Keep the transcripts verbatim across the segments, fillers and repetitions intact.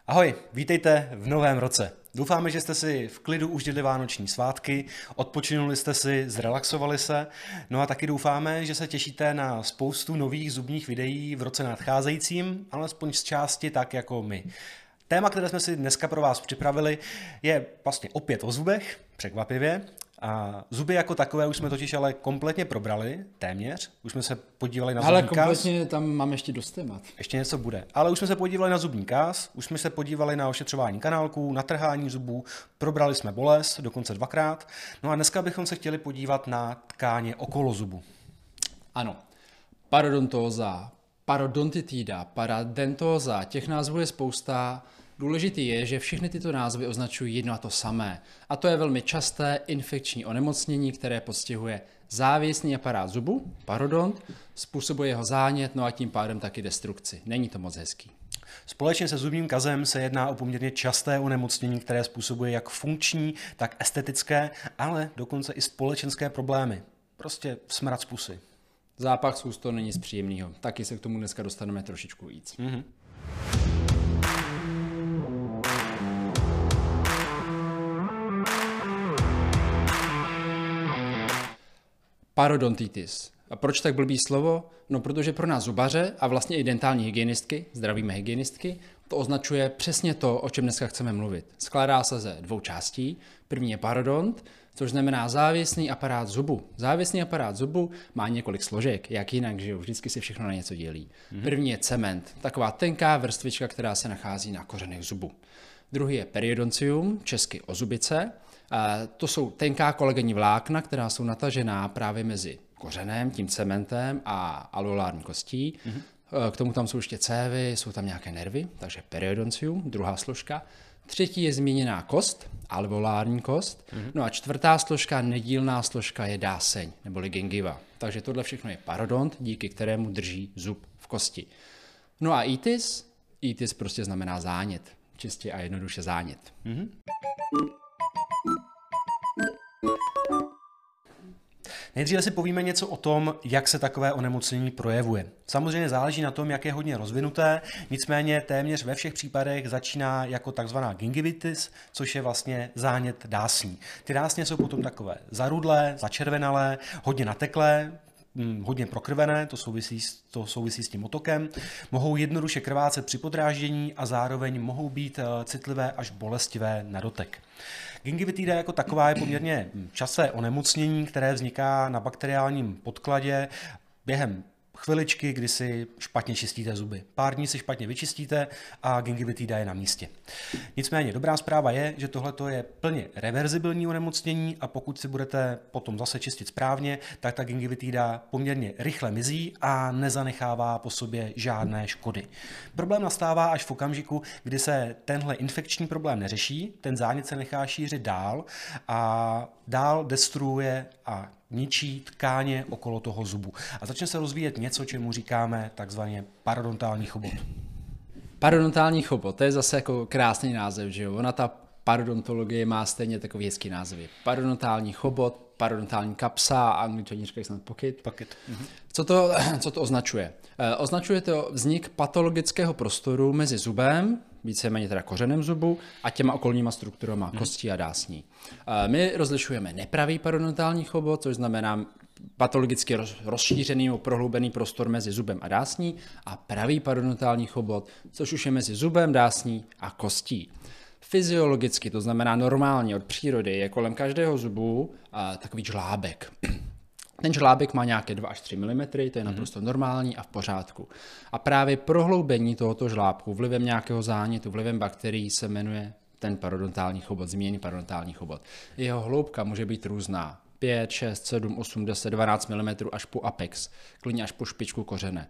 Ahoj, vítejte v novém roce. Doufáme, že jste si v klidu užili vánoční svátky, odpočinuli jste si, zrelaxovali se, no a taky doufáme, že se těšíte na spoustu nových zubních videí v roce nadcházejícím, alespoň z části tak jako my. Téma, které jsme si dneska pro vás připravili, je vlastně opět o zubech, překvapivě. A zuby jako takové už jsme totiž ale kompletně probrali, téměř. Už jsme se podívali na ale zubní kás. Ale kompletně tam mám ještě dost témat. Ještě něco bude. Ale už jsme se podívali na zubní kás, už jsme se podívali na ošetřování kanálků, na trhání zubů, probrali jsme bolest, dokonce dvakrát. No a dneska bychom se chtěli podívat na tkáně okolo zubu. Ano. Parodontóza, parodontitída, paradentóza, těch názvů je spousta. Důležitý je, že všechny tyto názvy označují jedno a to samé. A to je velmi časté infekční onemocnění, které postihuje závěsný aparát zubu, parodont, způsobuje jeho zánět, no a tím pádem taky destrukci. Není to moc hezký. Společně se zubním kazem se jedná o poměrně časté onemocnění, které způsobuje jak funkční, tak estetické, ale dokonce i společenské problémy. Prostě smrad z pusy. Zápach z úst to není z příjemného. Taky se k tomu dneska dostaneme trošičku víc. Mm-hmm. Parodontitis. A proč tak blbý slovo? No protože pro nás zubaře a vlastně i dentální hygienistky, zdravíme hygienistky, to označuje přesně to, o čem dneska chceme mluvit. Skládá se ze dvou částí. První je parodont, což znamená závěsný aparát zubu. Závěsný aparát zubu má několik složek, jak jinak, že jo, vždycky se všechno na něco dělí. Mm-hmm. První je cement, taková tenká vrstvička, která se nachází na kořenech zubu. Druhý je periodoncium, česky ozubice. A to jsou tenká kolegenní vlákna, která jsou natažená právě mezi kořenem, tím cementem a alveolární kostí. Mm-hmm. K tomu tam jsou ještě cévy, jsou tam nějaké nervy, takže periodoncium, druhá složka. Třetí je zmíněná kost, alveolární kost. Mm-hmm. No a čtvrtá složka, nedílná složka je dáseň, neboli gingiva. Takže tohle všechno je parodont, díky kterému drží zub v kosti. No a itis? Itis prostě znamená zánět. Čistě a jednoduše zánět. Mm-hmm. Nejdříve si povíme něco o tom, jak se takové onemocnění projevuje. Samozřejmě záleží na tom, jak je hodně rozvinuté, nicméně téměř ve všech případech začíná jako takzvaná gingivitis, což je vlastně zánět dásní. Ty dásně jsou potom takové zarudlé, začervenalé, hodně nateklé, hodně prokrvené, to souvisí, to souvisí s tím otokem, mohou jednoduše krvácet při podráždění a zároveň mohou být citlivé až bolestivé na dotek. Gingivitida jako taková je poměrně časté onemocnění, které vzniká na bakteriálním podkladě během chviličky, kdy si špatně čistíte zuby. Pár dní si špatně vyčistíte a gingivitida je na místě. Nicméně dobrá zpráva je, že tohle je plně reverzibilní onemocnění a pokud si budete potom zase čistit správně, tak ta gingivitida poměrně rychle mizí a nezanechává po sobě žádné škody. Problém nastává až v okamžiku, kdy se tenhle infekční problém neřeší, ten zánět se nechá šířit dál a dál destruuje a ničí tkáně okolo toho zubu. A začne se rozvíjet něco, čemu říkáme takzvaně parodontální chobot. Parodontální chobot, to je zase jako krásný název, že jo? Ona ta parodontologie má stejně takový hezký název. Parodontální chobot, parodontální kapsa, angličani říkají snad pocket. Pocket. Mhm. Co to, co to označuje? E, označuje to vznik patologického prostoru mezi zubem, víceméně teda kořenem zubu, a těma okolníma strukturama, hmm. kostí a dásní. E, my rozlišujeme nepravý parodontální chobot, což znamená patologicky roz, rozšířený, prohloubený prostor mezi zubem a dásní, a pravý parodontální chobot, což už je mezi zubem, dásní a kostí. Fyziologicky, to znamená normálně od přírody, je kolem každého zubu a, takový žlábek. Ten žlábek má nějaké dva až tři milimetry, to je naprosto normální a v pořádku. A právě prohloubení tohoto žlábku vlivem nějakého zánětu, vlivem bakterií se jmenuje ten parodontální chobot, zmíněný parodontální chobot. Jeho hloubka může být různá. pět, šest, sedm, osm, deset, dvanáct milimetrů až po apex, klidně až po špičku kořene.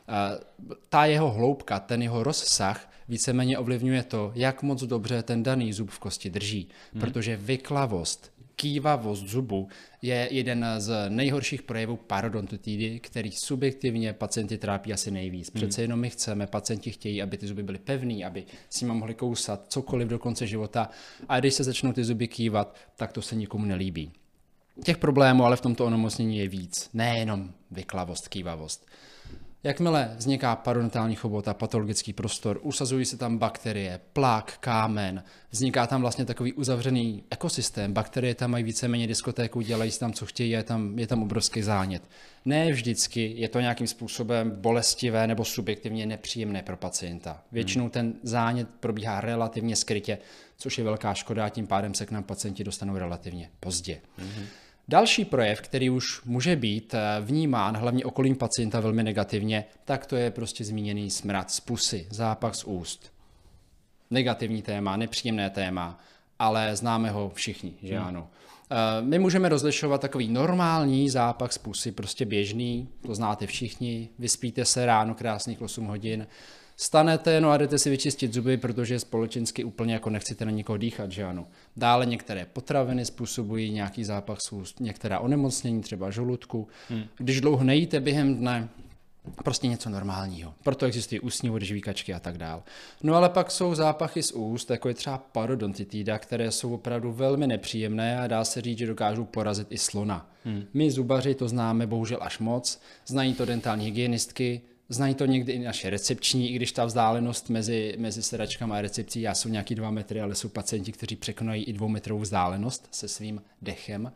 Ta jeho hloubka, ten jeho rozsah víceméně ovlivňuje to, jak moc dobře ten daný zub v kosti drží, hmm. protože vyklavost, kývavost zubu je jeden z nejhorších projevů parodontitidy, který subjektivně pacienty trápí asi nejvíc. Přece jenom my chceme, pacienti chtějí, aby ty zuby byly pevný, aby si jim mohli kousat cokoliv do konce života, a když se začnou ty zuby kývat, tak to se nikomu nelíbí. Těch problémů ale v tomto onemocnění je víc, nejenom vyklavost, kývavost. Jakmile vzniká parodontální chobota, patologický prostor, usazují se tam bakterie, plak, kámen, vzniká tam vlastně takový uzavřený ekosystém, bakterie tam mají víceméně diskotéku, dělají si tam, co chtějí, je tam, je tam obrovský zánět. Ne vždycky je to nějakým způsobem bolestivé nebo subjektivně nepříjemné pro pacienta. Většinou ten zánět probíhá relativně skrytě, což je velká škoda a tím pádem se k nám pacienti dostanou relativně pozdě. Mm-hmm. Další projev, který už může být vnímán hlavně okolím pacienta velmi negativně, tak to je prostě zmíněný smrad z pusy, zápach z úst. Negativní téma, nepříjemné téma, ale známe ho všichni, že hmm. ano. My můžeme rozlišovat takový normální zápach z pusy, prostě běžný, to znáte všichni, vyspíte se ráno krásných osm hodin, stanete, no a jdete si vyčistit zuby, protože společensky úplně jako nechcete na nikoho dýchat, že ano. Dále některé potraviny způsobují nějaký zápach z úst, některá onemocnění, třeba žaludku. Hmm. Když dlouho nejíte během dne, prostě něco normálního. Proto existují ústní vody, žvíkačky a tak dál. No ale pak jsou zápachy z úst, jako je třeba parodontitida, které jsou opravdu velmi nepříjemné a dá se říct, že dokážou porazit i slona. Hmm. My zubaři to známe bohužel až moc, znají to dentální hygienistky, znají to někdy i naše recepční, i když ta vzdálenost mezi, mezi sedačkama a recepcí, já jsou nějaký dva metry, ale jsou pacienti, kteří překonají i dvoumetrovou vzdálenost se svým dechem.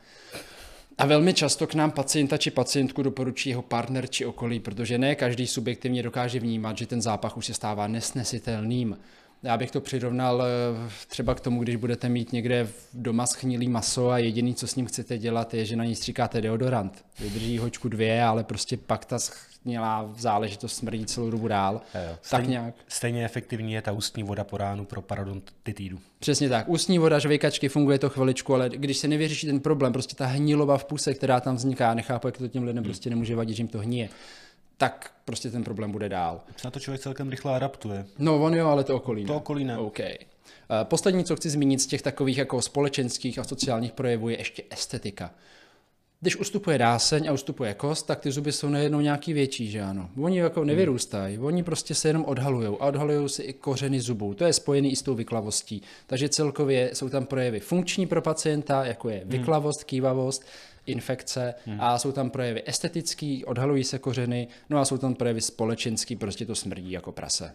A velmi často k nám pacienta či pacientku doporučí jeho partner či okolí, protože ne každý subjektivně dokáže vnímat, že ten zápach už se stává nesnesitelným. Já bych to přirovnal třeba k tomu, když budete mít někde doma schnilý maso a jediný, co s ním chcete dělat, je, že na ní stříkáte deodorant. Vydrží hoďku dvě, ale prostě pak ta schnilá záležitost smrdí celou dobu dál. Jo, stejně, tak nějak. Stejně efektivní je ta ústní voda po ránu pro parodontitidu. Přesně tak. Ústní voda, žvejkačky, funguje to chviličku, ale když se nevyřeší ten problém, prostě ta hnilova v puse, která tam vzniká, nechápu, jak to těm lidem hmm. prostě nemůže vadit, že jim to hníje, tak prostě ten problém bude dál. Se na to člověk celkem rychle adaptuje. No on jo, ale to okolí ne. To okolí ne. Okay. Poslední, co chci zmínit z těch takových jako společenských a sociálních projevů, je ještě estetika. Když ustupuje dáseň a ustupuje kost, tak ty zuby jsou najednou nějaký větší, že ano. Oni jako nevyrůstají, oni prostě se jenom odhalujou a odhalují si i kořeny zubů. To je spojený i s tou vyklavostí. Takže celkově jsou tam projevy funkční pro pacienta, jako je vyklavost, kývavost, infekce hmm. a jsou tam projevy estetický, odhalují se kořeny, no a jsou tam projevy společenský, prostě to smrdí jako prase.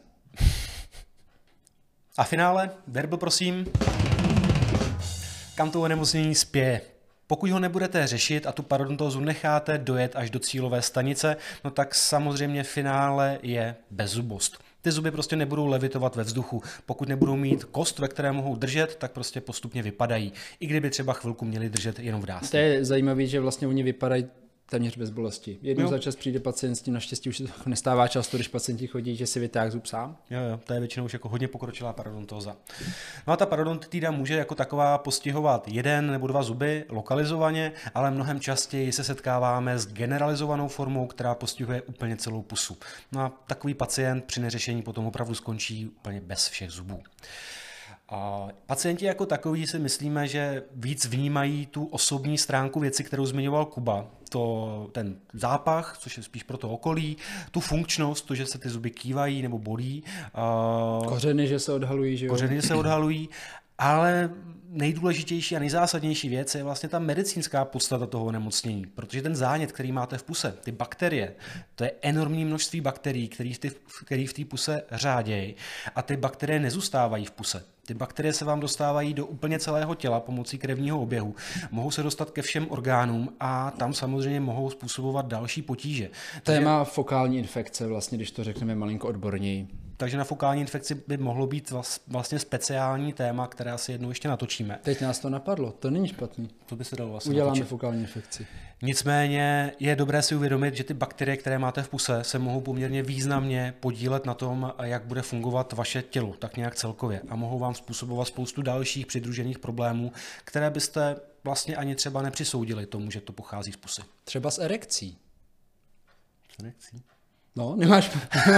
A finále, verbo prosím, kam to onemocnění spěje? Pokud ho nebudete řešit a tu parodontózu necháte dojet až do cílové stanice, no tak samozřejmě finále je bezzubost. Ty zuby prostě nebudou levitovat ve vzduchu. Pokud nebudou mít kost, ve které mohou držet, tak prostě postupně vypadají. I kdyby třeba chvilku měli držet jenom v dásni. To je zajímavé, že vlastně oni vypadají téměř bez bolesti. Jednou za čas přijde pacient s tím, naštěstí už se to nestává často, když pacienti chodí, že si vytáhne zub sám. Jo, jo, to je většinou už jako hodně pokročilá parodontóza. No a ta parodontitida může jako taková postihovat jeden nebo dva zuby lokalizovaně, ale mnohem častěji se setkáváme s generalizovanou formou, která postihuje úplně celou pusu. No a takový pacient při neřešení potom opravdu skončí úplně bez všech zubů. A pacienti jako takový si myslíme, že víc vnímají tu osobní stránku věci, kterou zmiňoval Kuba. To, ten zápach, což je spíš pro to okolí, tu funkčnost, to, že se ty zuby kývají nebo bolí. Kořeny, že se odhalují, že jo? Kořeny, že se odhalují, ale nejdůležitější a nejzásadnější věc je vlastně ta medicínská podstata toho onemocnění, protože ten zánět, který máte v puse, ty bakterie, to je enormní množství bakterií, které v, ty, který v té puse řádějí a ty bakterie nezůstávají v puse. Ty bakterie se vám dostávají do úplně celého těla pomocí krevního oběhu, mohou se dostat ke všem orgánům a tam samozřejmě mohou způsobovat další potíže. Téma Takže... fokální infekce, vlastně, když to řekneme malinko odborněji. Takže na fokální infekci by mohlo být vlastně speciální téma, které asi jednou ještě natočíme. Teď nás to napadlo, to není špatný. To by se dalo vlastně Uděláme natočit. fokální infekci. Nicméně je dobré si uvědomit, že ty bakterie, které máte v puse, se mohou poměrně významně podílet na tom, jak bude fungovat vaše tělo, tak nějak celkově. A mohou vám způsobovat spoustu dalších přidružených problémů, které byste vlastně ani třeba nepřisoudili tomu, že to pochází z pusy. Třeba s erekcí. S erekcí? No, nemáš...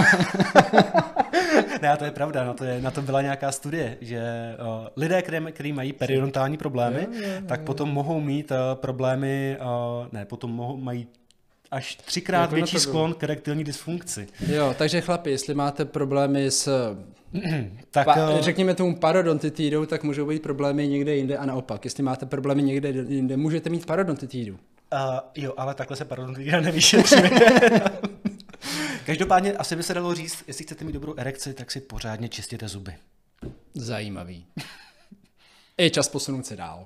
Ne, to je pravda, na to, je, na to byla nějaká studie, že uh, lidé, kteří mají periodontální problémy, je, je, je. tak potom mohou mít uh, problémy, uh, ne, potom mohou mají až třikrát jako větší sklon k erektilní dysfunkci. Jo, takže chlapi, jestli máte problémy s, tak, pa, řekněme tomu parodontitidou, tak můžou být problémy někde jinde a naopak. Jestli máte problémy někde jinde, můžete mít parodontitidu. Uh, jo, ale takhle se parodontitida nevyšetřuje. Každopádně asi by se dalo říct, jestli chcete mít dobrou erekci, tak si pořádně čistěte zuby. Zajímavý. Je čas posunout se dál.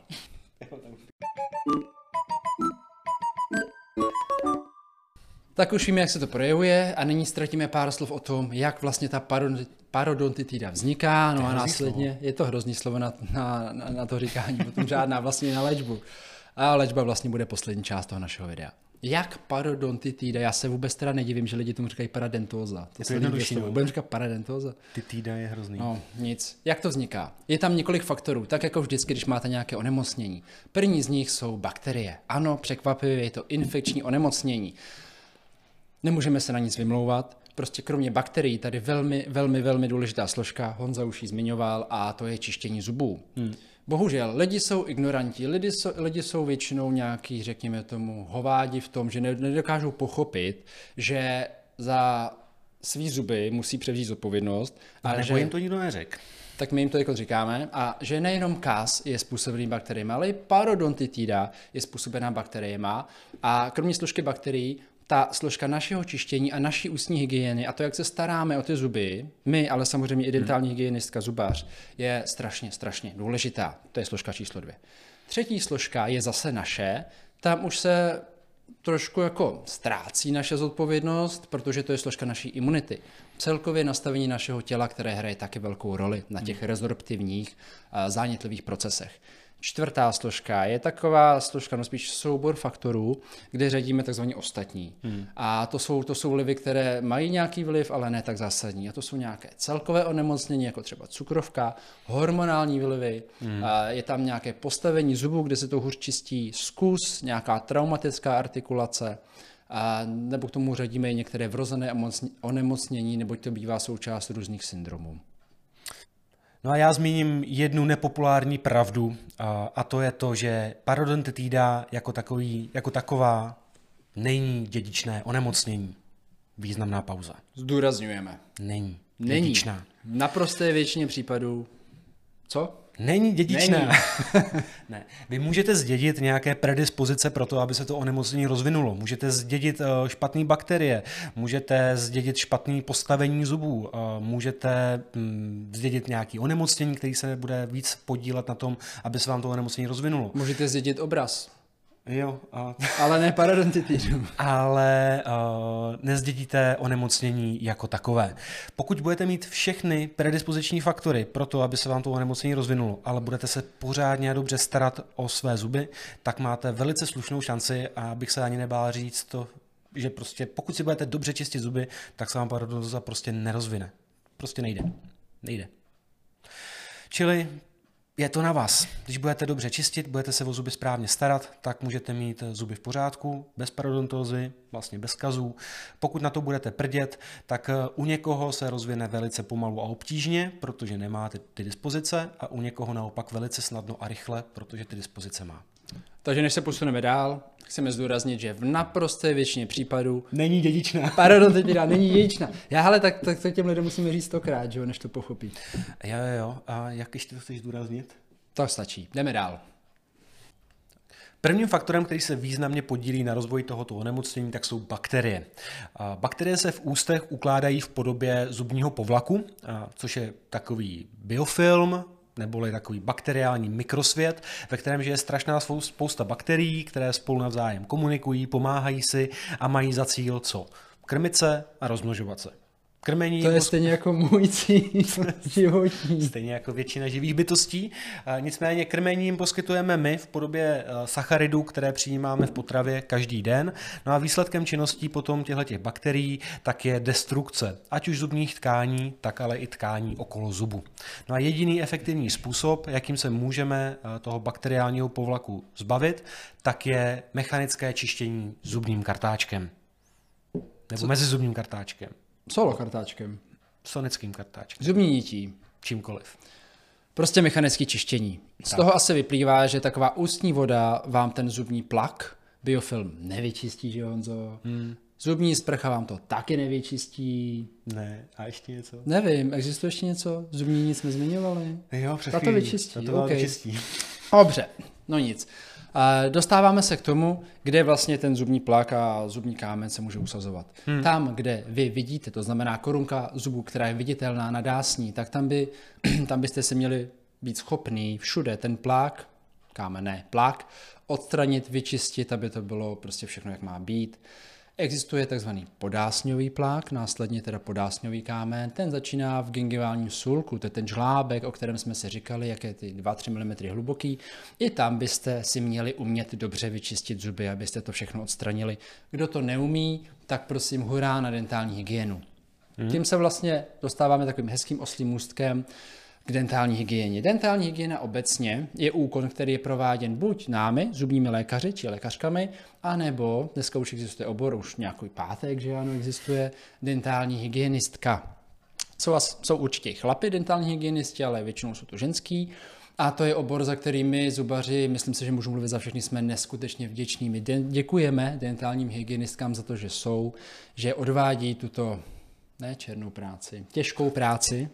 Tak už víme, jak se to projevuje a nyní ztratíme pár slov o tom, jak vlastně ta parodontitida vzniká, no a následně slovo. Je to hrozný slovo na, na, na, na to říkání, potom žádná vlastně na léčbu. A léčba vlastně bude poslední část toho našeho videa. Jak parodontitida, já se vůbec teda nedivím, že lidi tomu říkají paradentóza. To je to jednodušší. Budeme říkat paradentóza. Titida je hrozný. No, nic. Jak to vzniká? Je tam několik faktorů, tak jako vždycky, když máte nějaké onemocnění. První z nich jsou bakterie. Ano, překvapivě je to infekční onemocnění. Nemůžeme se na nic vymlouvat, prostě kromě bakterií tady velmi, velmi, velmi důležitá složka, Honza už ji zmiňoval, a to je čištění zubů. Hmm. Bohužel, lidi jsou ignoranti, lidi jsou, lidi jsou většinou nějaký, řekněme tomu, hovádi v tom, že nedokážou pochopit, že za svý zuby musí převzít zodpovědnost. A nebo že... jim to nikdo neřekl. Tak my jim to jako říkáme, a že nejenom kas je způsobený bakteriemi, ale i parodontitida je způsobená bakteriemi, a kromě složky bakterií ta složka našeho čištění a naší ústní hygieny a to, jak se staráme o ty zuby, my, ale samozřejmě i dentální hygienistka, zubář, je strašně, strašně důležitá. To je složka číslo dvě. Třetí složka je zase naše, tam už se trošku jako ztrácí naše zodpovědnost, protože to je složka naší imunity. Celkově nastavení našeho těla, které hraje taky velkou roli na těch rezorptivních zánětlivých procesech. Čtvrtá složka je taková složka, no spíš soubor faktorů, kde řadíme takzvaně ostatní. Hmm. A to jsou, to jsou vlivy, které mají nějaký vliv, ale ne tak zásadní. A to jsou nějaké celkové onemocnění, jako třeba cukrovka, hormonální vlivy, hmm. a je tam nějaké postavení zubů, kde se to hůř čistí, zkus, nějaká traumatická artikulace, a nebo k tomu řadíme i některé vrozené onemocnění, neboť to bývá součást různých syndromů. No a já zmíním jednu nepopulární pravdu, a, a to je to, že parodontitida jako, takový, jako taková není dědičné onemocnění. Významná pauza. Zdůrazňujeme. Není. Není. Dědičná. V naprosté většině případů. Co? Není dědičná. Není. Ne. Vy můžete zdědit nějaké predispozice pro to, aby se to onemocnění rozvinulo. Můžete zdědit špatné bakterie, můžete zdědit špatné postavení zubů, můžete zdědit nějaké onemocnění, který se bude víc podílet na tom, aby se vám to onemocnění rozvinulo. Můžete zdědit obraz. Jo. A... Ale ne parodontitidu. Ale uh, nezdědíte onemocnění jako takové. Pokud budete mít všechny predispoziční faktory pro to, aby se vám to onemocnění rozvinulo, ale budete se pořádně a dobře starat o své zuby, tak máte velice slušnou šanci, a bych se ani nebál říct to, že prostě pokud si budete dobře čistit zuby, tak se vám parodontóza prostě nerozvine. Prostě nejde. Nejde. Čili je to na vás. Když budete dobře čistit, budete se o zuby správně starat, tak můžete mít zuby v pořádku, bez parodontózy, vlastně bez kazů. Pokud na to budete prdět, tak u někoho se rozvine velice pomalu a obtížně, protože nemáte ty dispozice, a u někoho naopak velice snadno a rychle, protože ty dispozice má. Takže než se posuneme dál, chceme zdůraznit, že v naprosté většině případů není dědičná. Parodontitida není dědičná. Já hele, tak, tak to těm lidem musíme říct stokrát, že jo, než to pochopí. Jo, jo, jo. A jak ještě to chceš zdůraznit? To stačí. Jdeme dál. Prvním faktorem, který se významně podílí na rozvoji tohoto onemocnění, tak jsou bakterie. Bakterie se v ústech ukládají v podobě zubního povlaku, což je takový biofilm, neboli takový bakteriální mikrosvět, ve kterém žije strašná spousta bakterií, které spolu navzájem komunikují, pomáhají si a mají za cíl co? Krmit se a rozmnožovat se. Krmení to je stejně jako můj cíl životní. Stejně jako většina živých bytostí. Nicméně krmení jim poskytujeme my v podobě sacharidů, které přijímáme v potravě každý den. No a výsledkem činností potom těchto bakterií tak je destrukce, ať už zubních tkání, tak ale i tkání okolo zubu. No a jediný efektivní způsob, jakým se můžeme toho bakteriálního povlaku zbavit, tak je mechanické čištění zubním kartáčkem. Nebo Co? Mezizubním kartáčkem. Solo kartáčkem. Sonickým kartáčkem. Zubní nití. Čímkoliv. Prostě mechanické čištění. Z tak. toho asi vyplývá, že taková ústní voda vám ten zubní plak, biofilm, nevyčistí, že Honzo? Hmm. Zubní sprcha vám to taky nevyčistí. Ne, a ještě něco? Nevím, existuje ještě něco? Zubní nic jsme zmiňovali? Jo, před Ta to vyčistí. Ta to okay. vyčistí. Dobře, no nic. A dostáváme se k tomu, kde vlastně ten zubní plak a zubní kámen se může usazovat. Hmm. Tam, kde vy vidíte, to znamená korunka zubu, která je viditelná na dásní, tak tam, by, tam byste se měli být schopný všude ten plak, kámen ne, plak, odstranit, vyčistit, aby to bylo prostě všechno, jak má být. Existuje takzvaný podásňový plak, následně teda podásňový kámen, ten začíná v gingiválním sulku, to je ten žlábek, o kterém jsme si říkali, jak je ty dva až tři milimetry hluboký. I tam byste si měli umět dobře vyčistit zuby, abyste to všechno odstranili. Kdo to neumí, tak prosím hurá na dentální hygienu. Hmm. Tím se vlastně dostáváme takovým hezkým oslím můstkem k dentální hygieně. Dentální hygiena obecně je úkon, který je prováděn buď námi, zubními lékaři či lékařkami, anebo, dneska už existuje obor, už nějaký pátek, že ano, existuje dentální hygienistka. Jsou, jsou určitě chlapi dentální hygienisti, ale většinou jsou to ženský. A to je obor, za který my zubaři, myslím si, že můžu mluvit za všechny, jsme neskutečně vděční. My děkujeme dentálním hygienistkám za to, že jsou, že odvádí tuto ne černou práci, těžkou práci.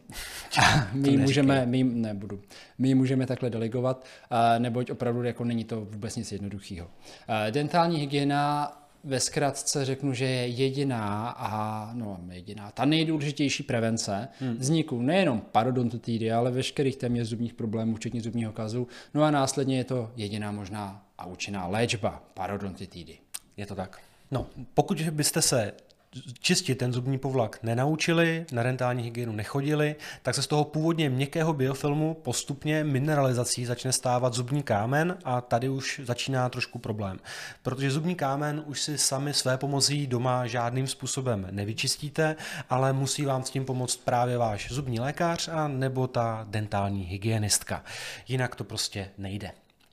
A my ji můžeme, my, nebudu, my ji můžeme takhle delegovat, neboť opravdu jako není to vůbec nic jednoduchého. Dentální hygiena ve zkratce řeknu, že je jediná a no jediná, ta nejdůležitější prevence hmm. vzniku nejenom parodontotidy, ale veškerých téměř zubních problémů, včetně zubního kazu. No a následně je to jediná možná a účinná léčba parodontotidy. Je to tak. No, pokud byste se čistit ten zubní povlak nenaučili, na dentální hygienu nechodili, tak se z toho původně měkkého biofilmu postupně mineralizací začne stávat zubní kámen a tady už začíná trošku problém. Protože zubní kámen už si sami své pomocí doma žádným způsobem nevyčistíte, ale musí vám s tím pomoct právě váš zubní lékař a nebo ta dentální hygienistka. Jinak to prostě nejde.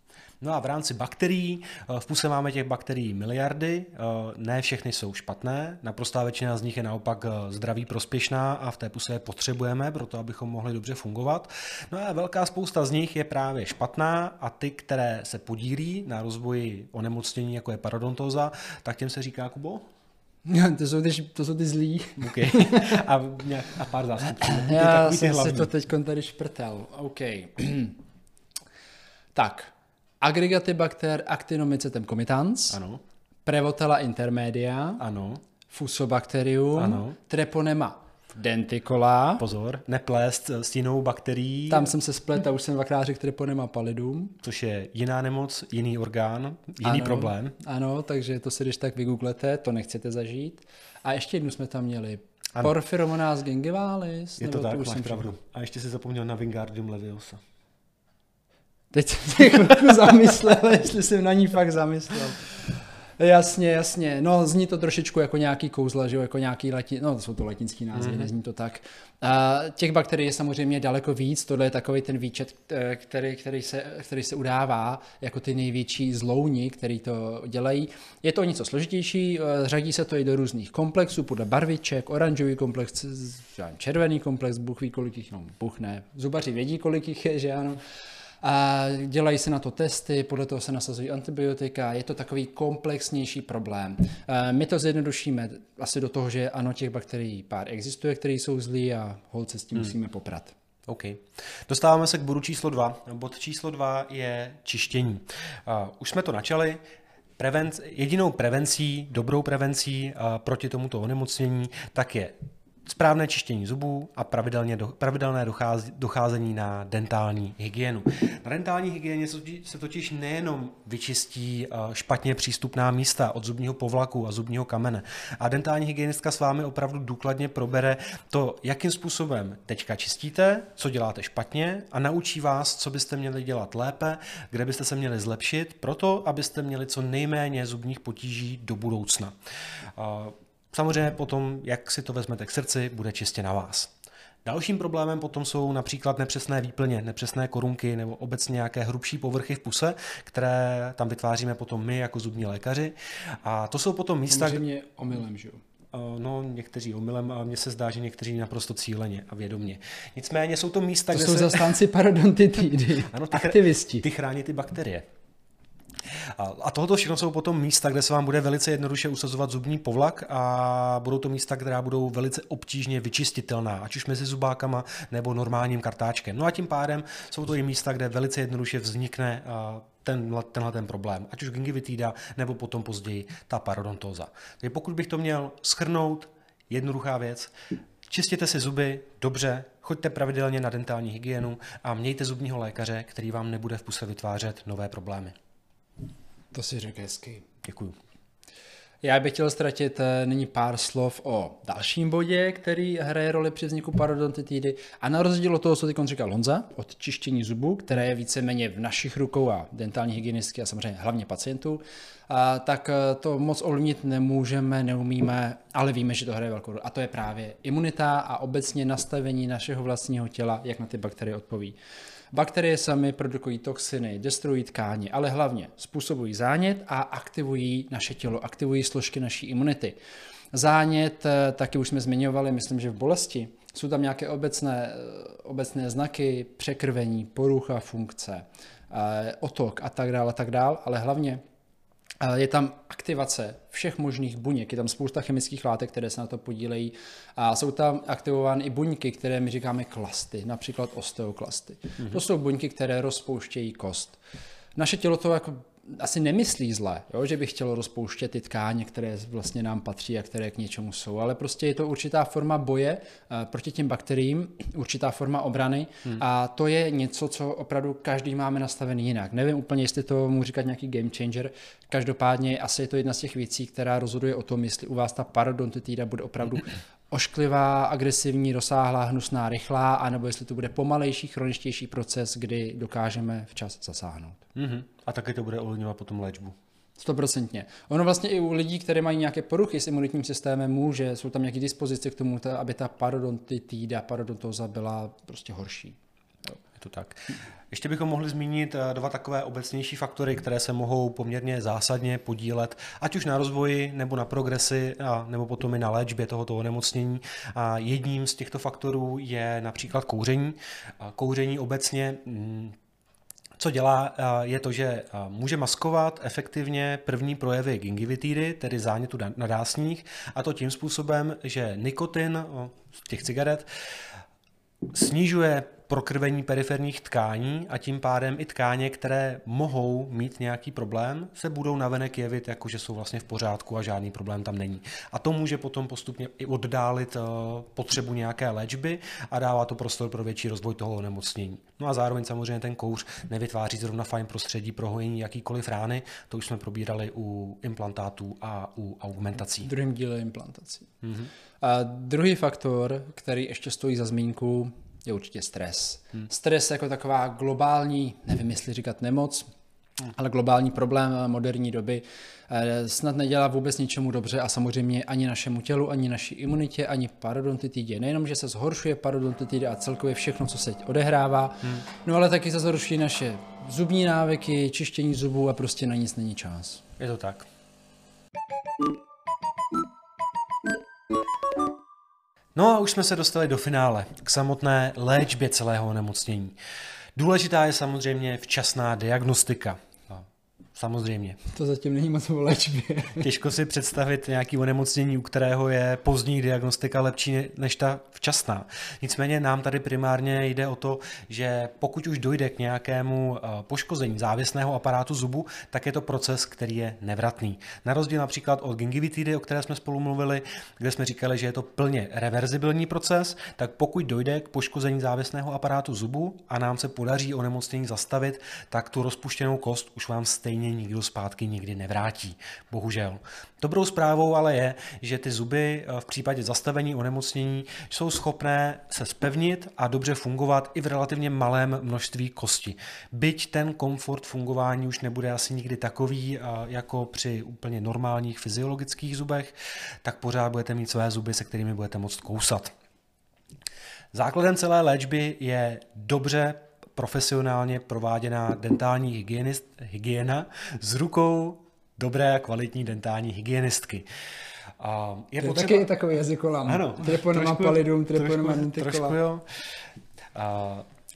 No a v rámci bakterií, v puse máme těch bakterií miliardy, ne všechny jsou špatné, naprostá většina z nich je naopak zdraví prospěšná a v té puse je potřebujeme, proto abychom mohli dobře fungovat. No a velká spousta z nich je právě špatná a ty, které se podílí na rozvoji onemocnění, jako je parodontóza, tak těm se říká, Kubo? To jsou ty, to jsou ty zlí. Okay. A, a pár zástupců. Já jsem si to teď tady šprtel. OK. Tak. Agrigantibacter actinomycetem comitans, ano. Prevotella intermedia, ano. Fusobacterium, ano. Treponema denticola. Pozor, neplést s jinou bakterií. Tam jsem se splet a už jsem dvakrát řekl Treponema pallidum. Což je jiná nemoc, jiný orgán, jiný ano, problém. Ano, takže to si když tak vygooglete, to nechcete zažít. A ještě jednu jsme tam měli. Ano. Porphyromonas gingivalis. Je to tak, máš pravdu. A ještě si zapomněl na Wingardium Leviosa. Teď jsem se chvilku zamyslel, jestli jsem na ní fakt zamyslel. Jasně, jasně. No, zní to trošičku jako nějaký kouzla, že jo, jako nějaký latin, no, to jsou to latinský názvy, mm-hmm. nezní to tak. A těch bakterií je samozřejmě daleko víc, tohle je takový ten výčet, který, který, se, který se udává jako ty největší zlouni, který to dělají. Je to něco složitější, řadí se to i do různých komplexů, podle barviček, oranžový komplex, červený komplex, Bůh ví, kolik jich, no, Bůh ne, zubaři vědí, kolik jich je, že ano. A dělají se na to testy, podle toho se nasazují antibiotika, je to takový komplexnější problém. My to zjednodušíme asi do toho, že ano, těch bakterií pár existuje, které jsou zlí a holt se s tím hmm. musíme poprat. OK. Dostáváme se k bodu číslo dva. Bod číslo dva je čištění. Uh, už jsme to načali. Prevenc, jedinou prevencí, dobrou prevencí uh, proti tomuto onemocnění, tak je správné čištění zubů a pravidelně do, pravidelné dochází, docházení na dentální hygienu. Na dentální hygieně se totiž nejenom vyčistí špatně přístupná místa od zubního povlaku a zubního kamene. A dentální hygienistka s vámi opravdu důkladně probere to, jakým způsobem teďka čistíte, co děláte špatně a naučí vás, co byste měli dělat lépe, kde byste se měli zlepšit, proto abyste měli co nejméně zubních potíží do budoucna. Samozřejmě potom, jak si to vezmete k srdci, bude čistě na vás. Dalším problémem potom jsou například nepřesné výplně, nepřesné korunky nebo obecně nějaké hrubší povrchy v puse, které tam vytváříme potom my jako zubní lékaři. A to jsou potom místa... Samozřejmě omylem, že jo? No, někteří omylem a mně se zdá, že někteří naprosto cíleně a vědomě. Nicméně jsou to místa, to kde jsou se... zastánci parodontitidy, ano, ty aktivisti. Ty chrání ty bakterie. A tohoto všechno jsou potom místa, kde se vám bude velice jednoduše usazovat zubní povlak a budou to místa, která budou velice obtížně vyčistitelná, ať už mezi zubákama nebo normálním kartáčkem. No a tím pádem jsou to i místa, kde velice jednoduše vznikne tenhle, tenhle ten problém, ať už gingivitida, nebo potom později ta parodontóza. Takže pokud bych to měl shrnout, jednoduchá věc, čistěte si zuby dobře, choďte pravidelně na dentální hygienu a mějte zubního lékaře, který vám nebude v puse vytvářet nové problémy. To si řekl hezky. Děkuju. Já bych chtěl ztratit nyní pár slov o dalším bodě, který hraje roli při vzniku parodontitidy. A na rozdíl od toho, co teď říkal Honza, od čištění zubů, které je víceméně v našich rukou a dentální hygienistky a samozřejmě hlavně pacientů, a tak to moc ovlivnit nemůžeme, neumíme, ale víme, že to hraje velkou roli. A to je právě imunita a obecně nastavení našeho vlastního těla, jak na ty bakterie odpoví. Bakterie samy produkují toxiny, destruují tkáně, ale hlavně způsobují zánět a aktivují naše tělo, aktivují složky naší imunity. Zánět, taky už jsme zmiňovali, myslím, že v bolesti, jsou tam nějaké obecné, obecné znaky, překrvení, porucha funkce, otok a tak dále, a tak dále, ale hlavně je tam aktivace všech možných buněk, je tam spousta chemických látek, které se na to podílejí a jsou tam aktivovány i buňky, které my říkáme klasty, například osteoklasty. Mm-hmm. To jsou buňky, které rozpouštějí kost. Naše tělo to jako asi nemyslí zle, jo, že by chtělo rozpouštět ty tkáně, které vlastně nám patří a které k něčemu jsou, ale prostě je to určitá forma boje uh, proti těm bakteriím, určitá forma obrany hmm. a to je něco, co opravdu každý máme nastavený jinak. Nevím úplně, jestli to můžu říkat nějaký game changer, každopádně asi je to jedna z těch věcí, která rozhoduje o tom, jestli u vás ta parodontitida bude opravdu ošklivá, agresivní, rozsáhlá, hnusná, rychlá, anebo jestli to bude pomalejší, chroničtější proces, kdy dokážeme včas zasáhnout. Mm-hmm. A taky to bude ovlivňovat potom léčbu. Stoprocentně. Ono vlastně i u lidí, kteří mají nějaké poruchy s imunitním systémem, může, jsou tam nějaké dispozice k tomu, aby ta parodontitida, parodontóza byla prostě horší. Jo. Je to tak. Ještě bychom mohli zmínit dva takové obecnější faktory, které se mohou poměrně zásadně podílet, ať už na rozvoji, nebo na progresi, a nebo potom i na léčbě tohoto onemocnění. A jedním z těchto faktorů je například kouření. A kouření obecně... Mm, Co dělá, je to, že může maskovat efektivně první projevy gingivitidy, tedy zánětu na dásních, a to tím způsobem, že nikotin z těch cigaret snižuje prokrvení periferních tkání a tím pádem i tkáně, které mohou mít nějaký problém, se budou navenek jevit, jako že jsou vlastně v pořádku a žádný problém tam není. A to může potom postupně i oddálit potřebu nějaké léčby a dává to prostor pro větší rozvoj toho onemocnění. No a zároveň samozřejmě ten kouř nevytváří zrovna fajn prostředí pro hojení jakýkoliv rány, to už jsme probírali u implantátů a u augmentací. V druhém díle implantací. Mm-hmm. A druhý faktor, který ještě stojí za zmínku, je určitě stres. Hmm. Stres jako taková globální, nevím jestli říkat nemoc, hmm. ale globální problém moderní doby snad nedělá vůbec ničemu dobře a samozřejmě ani našemu tělu, ani naší imunitě, ani parodontitidě. Nejenom, že se zhoršuje parodontitida a celkově všechno, co se odehrává, hmm. no ale taky se zhoršují naše zubní návyky, čištění zubů a prostě na nic není čas. Je to tak. No a už jsme se dostali do finále, k samotné léčbě celého onemocnění. Důležitá je samozřejmě včasná diagnostika. Samozřejmě. To zatím není moc o léčbě. Těžko si představit nějaké onemocnění, u kterého je pozdní diagnostika lepší než ta včasná. Nicméně nám tady primárně jde o to, že pokud už dojde k nějakému poškození závěsného aparátu zubu, tak je to proces, který je nevratný. Na rozdíl například od gingivitidy, o které jsme spolu mluvili, kde jsme říkali, že je to plně reverzibilní proces, tak pokud dojde k poškození závěsného aparátu zubu a nám se podaří onemocnění zastavit, tak tu rozpuštěnou kost už vám stejně nikdo zpátky nikdy nevrátí. Bohužel. Dobrou zprávou ale je, že ty zuby v případě zastavení onemocnění jsou schopné se zpevnit a dobře fungovat i v relativně malém množství kosti. Byť ten komfort fungování už nebude asi nikdy takový jako při úplně normálních fyziologických zubech, tak pořád budete mít své zuby, se kterými budete moct kousat. Základem celé léčby je dobře profesionálně prováděná dentální hygienist, hygiena s rukou dobré a kvalitní dentální hygienistky. A je to potřeba... taky je takový jazykolam. Ano. Treponema pallidum, treponema denticulum. Trošku jo. A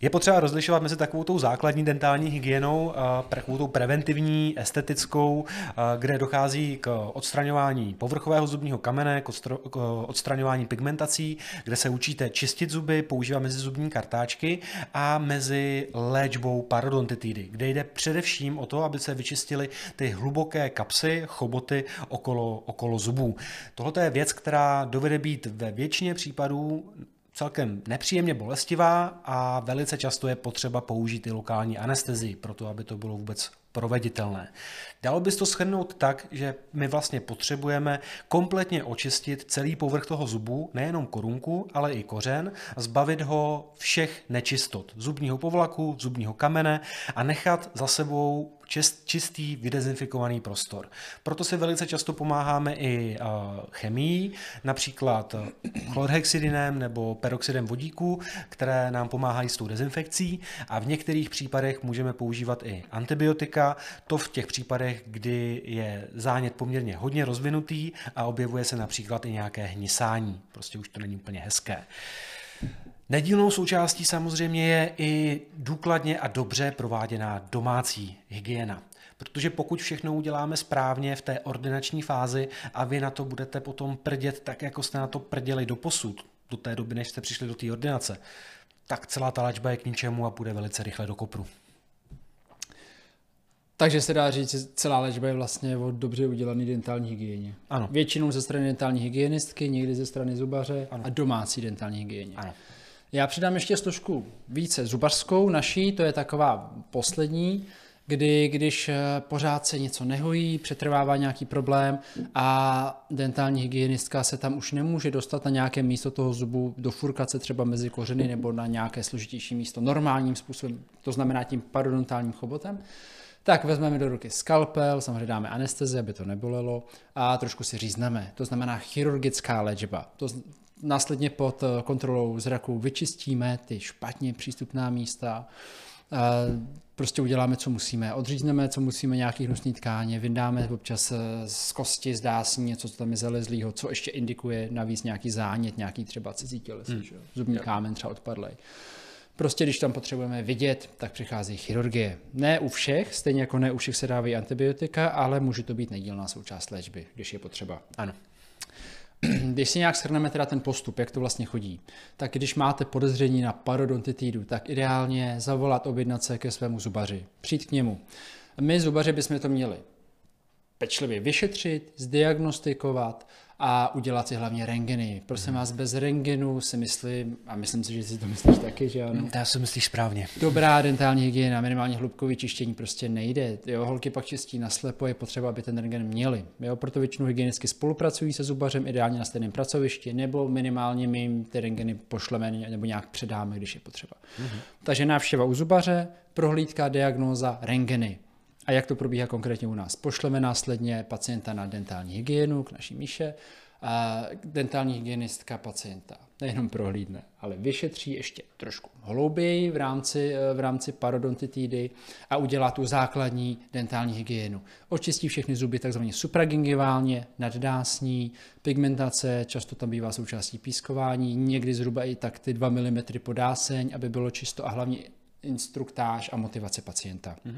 Je potřeba rozlišovat mezi takovou tou základní dentální hygienou, takovou tou preventivní, estetickou, kde dochází k odstraňování povrchového zubního kamene, k odstraňování pigmentací, kde se učíte čistit zuby, používat mezizubní kartáčky, a mezi léčbou parodontitidy, kde jde především o to, aby se vyčistily ty hluboké kapsy, choboty okolo, okolo zubů. Tohle je věc, která dovede být ve většině případů celkem nepříjemně bolestivá a velice často je potřeba použít i lokální anestezii pro to, aby to bylo vůbec proveditelné. Dalo bys to shrnout tak, že my vlastně potřebujeme kompletně očistit celý povrch toho zubu, nejenom korunku, ale i kořen, zbavit ho všech nečistot, zubního povlaku, zubního kamene a nechat za sebou čistý, vydezinfikovaný prostor. Proto si velice často pomáháme i chemií, například chlorhexidinem nebo peroxidem vodíku, které nám pomáhají s tou dezinfekcí, a v některých případech můžeme používat i antibiotika, to v těch případech, kdy je zánět poměrně hodně rozvinutý a objevuje se například i nějaké hnisání. Prostě už to není úplně hezké. Nedílnou součástí samozřejmě je i důkladně a dobře prováděná domácí hygiena. Protože pokud všechno uděláme správně v té ordinační fázi a vy na to budete potom prdět tak, jako jste na to prděli doposud, do té doby, než jste přišli do té ordinace, tak celá ta léčba je k ničemu a půjde velice rychle do kopru. Takže se dá říct, že celá léčba je vlastně o dobře udělané dentální hygieně. Ano. Většinou ze strany dentální hygienistka, někdy ze strany zubaře, ano, a domácí dentální hygieně. Ano. Já přidám ještě složku více zubařskou naší, to je taková poslední, kdy když pořád se něco nehojí, přetrvává nějaký problém a dentální hygienistka se tam už nemůže dostat na nějaké místo toho zubu, dofurkat se třeba mezi kořeny nebo na nějaké složitější místo normálním způsobem, to znamená tím parodontálním chobotem, tak vezmeme do ruky skalpel, samozřejmě dáme anestezi, aby to nebolelo, a trošku si řízneme. To znamená chirurgická léčba. To následně pod kontrolou zraku vyčistíme ty špatně přístupná místa, prostě uděláme, co musíme. Odřízneme, co musíme, nějaký hnusný tkáně, vyndáme občas z kosti, z dásní, něco, co tam je zalezlýho, co ještě indikuje navíc nějaký zánět, nějaký třeba cizí těleso, hmm. zubní kámen třeba odpadlej. Prostě když tam potřebujeme vidět, tak přichází chirurgie. Ne u všech, stejně jako ne u všech se dávají antibiotika, ale může to být nedílná součást léčby, když je potřeba. Ano. Když si nějak shrneme teda ten postup, jak to vlastně chodí, tak když máte podezření na parodontitidu, tak ideálně zavolat, objednat se ke svému zubaři, přijít k němu. My zubaři bychom to měli pečlivě vyšetřit, zdiagnostikovat a udělat si hlavně rentgeny. Prosím vás, bez rentgenu si myslím, a myslím si, že si to myslíš taky, že ano? To já si myslíš správně. Dobrá dentální hygiena, minimálně hlubkový čištění prostě nejde. Jo, holky pak čistí naslepo, je potřeba, aby ten rentgen měli. Jo, proto většinou hygienicky spolupracují se zubařem, ideálně na stejném pracovišti, nebo minimálně my jim ty rentgeny pošleme nebo nějak předáme, když je potřeba. Mm-hmm. Takže návštěva u zubaře, prohlídka, diagnóza, rentgeny. A jak to probíhá konkrétně u nás? Pošleme následně pacienta na dentální hygienu k naší Míše. A dentální hygienistka pacienta nejenom prohlídne, ale vyšetří ještě trošku hlouběji v rámci, v rámci parodontitidy a udělá tu základní dentální hygienu. Očistí všechny zuby takzvaně supragingiválně, naddásní, pigmentace, často tam bývá součástí pískování, někdy zhruba i tak ty dva milimetry podáseň, aby bylo čisto, a hlavně instruktáž a motivace pacienta. Mm-hmm.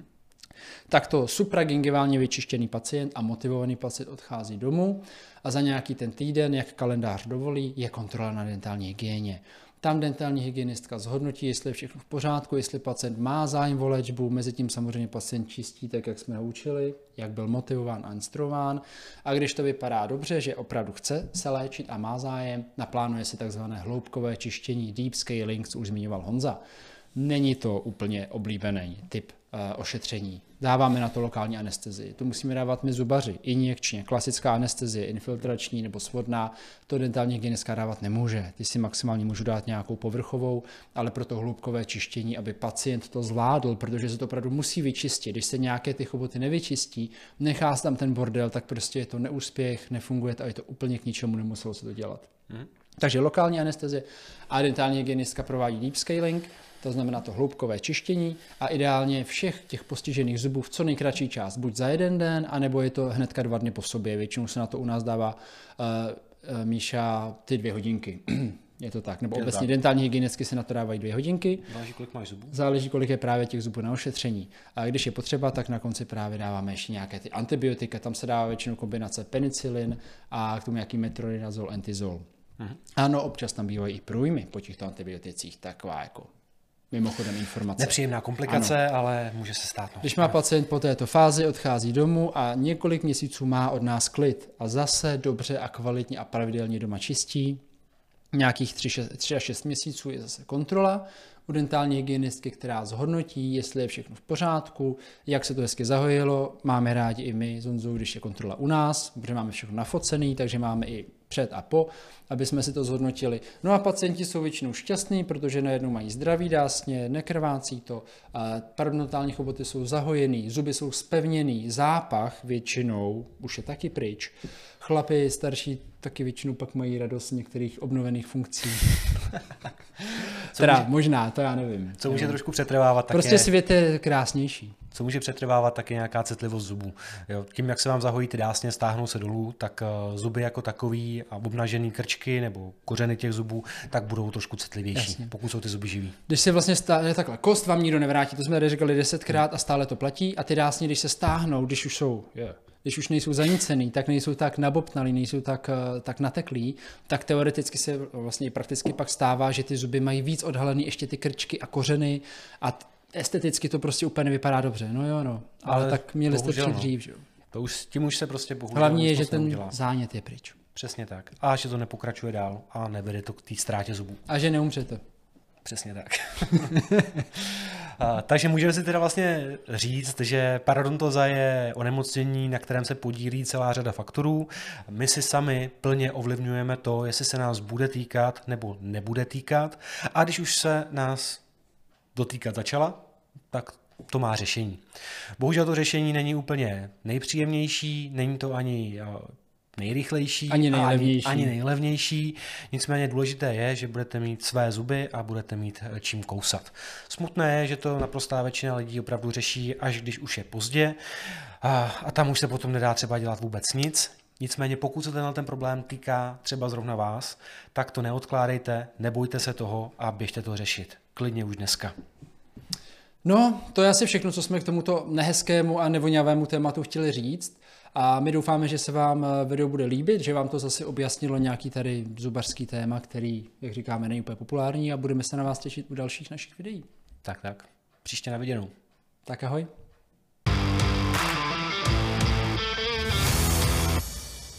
Takto supragingiválně vyčištěný pacient a motivovaný pacient odchází domů a za nějaký ten týden, jak kalendář dovolí, je kontrola na dentální hygieně. Tam dentální hygienistka zhodnotí, jestli je všechno v pořádku, jestli pacient má zájem o léčbu, mezi tím samozřejmě pacient čistí tak, jak jsme ho učili, jak byl motivován a instruován. A když to vypadá dobře, že opravdu chce se léčit a má zájem, naplánuje si takzvané hloubkové čištění, deep scaling, co už zmiňoval Honza. Není to úplně oblíbený typ uh, ošetření. Dáváme na to lokální anestezii. To musíme dávat my zubaři. Injekčně, klasická anestezie, infiltrační nebo svodná, to dentální hygienistka dávat nemůže. Ty si maximálně můžu dát nějakou povrchovou, ale pro to hloubkové čištění, aby pacient to zvládl, protože se to opravdu musí vyčistit. Když se nějaké ty choboty nevyčistí, nechá se tam ten bordel, tak prostě je to neúspěch, nefunguje to a je to úplně k ničemu, nemuselo se to dělat. Hmm. Takže lokální anestezie a dentální hygienistka provádí deep scaling, to znamená to hloubkové čištění a ideálně všech těch postižených zubů v co nejkratší čas, buď za jeden den, anebo je to hnedka dva dny po sobě. Většinou se na to u nás dává uh, uh, Míša ty dvě hodinky. Je to tak. Nebo Je to obecně tak. dentální hygienistky se na to dávají dvě hodinky. Záleží, kolik máš zubů. Záleží, kolik je právě těch zubů na ošetření. A když je potřeba, tak na konci právě dáváme ještě nějaké ty antibiotika. Tam se dává většinou kombinace penicilin a k tomu nějaký metronidazol, entizol. Mhm. Ano, občas tam bývají i průjmy po těchto antibioticích. Taková jako mimochodem informace. Nepříjemná komplikace, ano. Ale může se stát. No. Když má pacient po této fázi, odchází domů a několik měsíců má od nás klid a zase dobře a kvalitně a pravidelně doma čistí. Nějakých tři až šest měsíců je zase kontrola u dentální hygienistky, která zhodnotí, jestli je všechno v pořádku, jak se to hezky zahojilo. Máme rádi i my s Honzou, když je kontrola u nás, protože máme všechno nafocený, takže máme i před a po, aby jsme si to zhodnotili. No a pacienti jsou většinou šťastní, protože najednou mají zdraví dásně, nekrvácí to, parodontální choboty jsou zahojený, zuby jsou zpevněný, zápach většinou už je taky pryč. Chlapi starší taky většinou pak mají radost z některých obnovených funkcí. Teda může, možná, to já nevím. Co může trošku přetrvávat také... Prostě svět je krásnější. Co může přetrvávat taky nějaká citlivost zubů. Jo, tím, jak se vám zahojí ty dásně, stáhnou se dolů, tak uh, zuby jako takový a obnažený krčky nebo kořeny těch zubů, tak budou trošku citlivější, jasně, pokud jsou ty zuby živý. Když se vlastně stáhne takhle, kost vám nikdo nevrátí, to jsme tady říkali desetkrát a stále to platí a ty dásně, když se stáhnou, když už jsou, yeah. když už nejsou zanicený, tak nejsou tak nabobtnalý, nejsou tak, tak nateklý, tak teoreticky se vlastně prakticky pak stává, že ty zuby mají víc odhalený ještě ty krčky a kořeny a esteticky to prostě úplně nevypadá dobře. No jo, no. Ale, ale tak měli jste přijít dřív, že jo. To už, s tím už se prostě bohužel hlavně je, že ten udělá. Zánět je pryč. Přesně tak. A že to nepokračuje dál a nevede to k té ztrátě zubů. A že neumřete. Přesně tak. A, takže můžeme si teda vlastně říct, že parodontóza je onemocnění, na kterém se podílí celá řada faktorů. My si sami plně ovlivňujeme to, jestli se nás bude týkat nebo nebude týkat. A když už se nás dotýkat začala, tak to má řešení. Bohužel to řešení není úplně nejpříjemnější, není to ani nejrychlejší, ani nejlevnější. Ani, ani nejlevnější. Nicméně důležité je, že budete mít své zuby a budete mít čím kousat. Smutné je, že to naprostá většina lidí opravdu řeší, až když už je pozdě a, a tam už se potom nedá třeba dělat vůbec nic. Nicméně pokud se tenhle ten problém týká třeba zrovna vás, tak to neodkládejte, nebojte se toho a běžte to řešit. Klidně už dneska. No, to je asi všechno, co jsme k tomuto nehezkému a nevoňavému tématu chtěli říct. A my doufáme, že se vám video bude líbit, že vám to zase objasnilo nějaký tady zubařský téma, který, jak říkáme, není úplně populární a budeme se na vás těšit u dalších našich videí. Tak, tak. Příště na viděnou. Tak ahoj.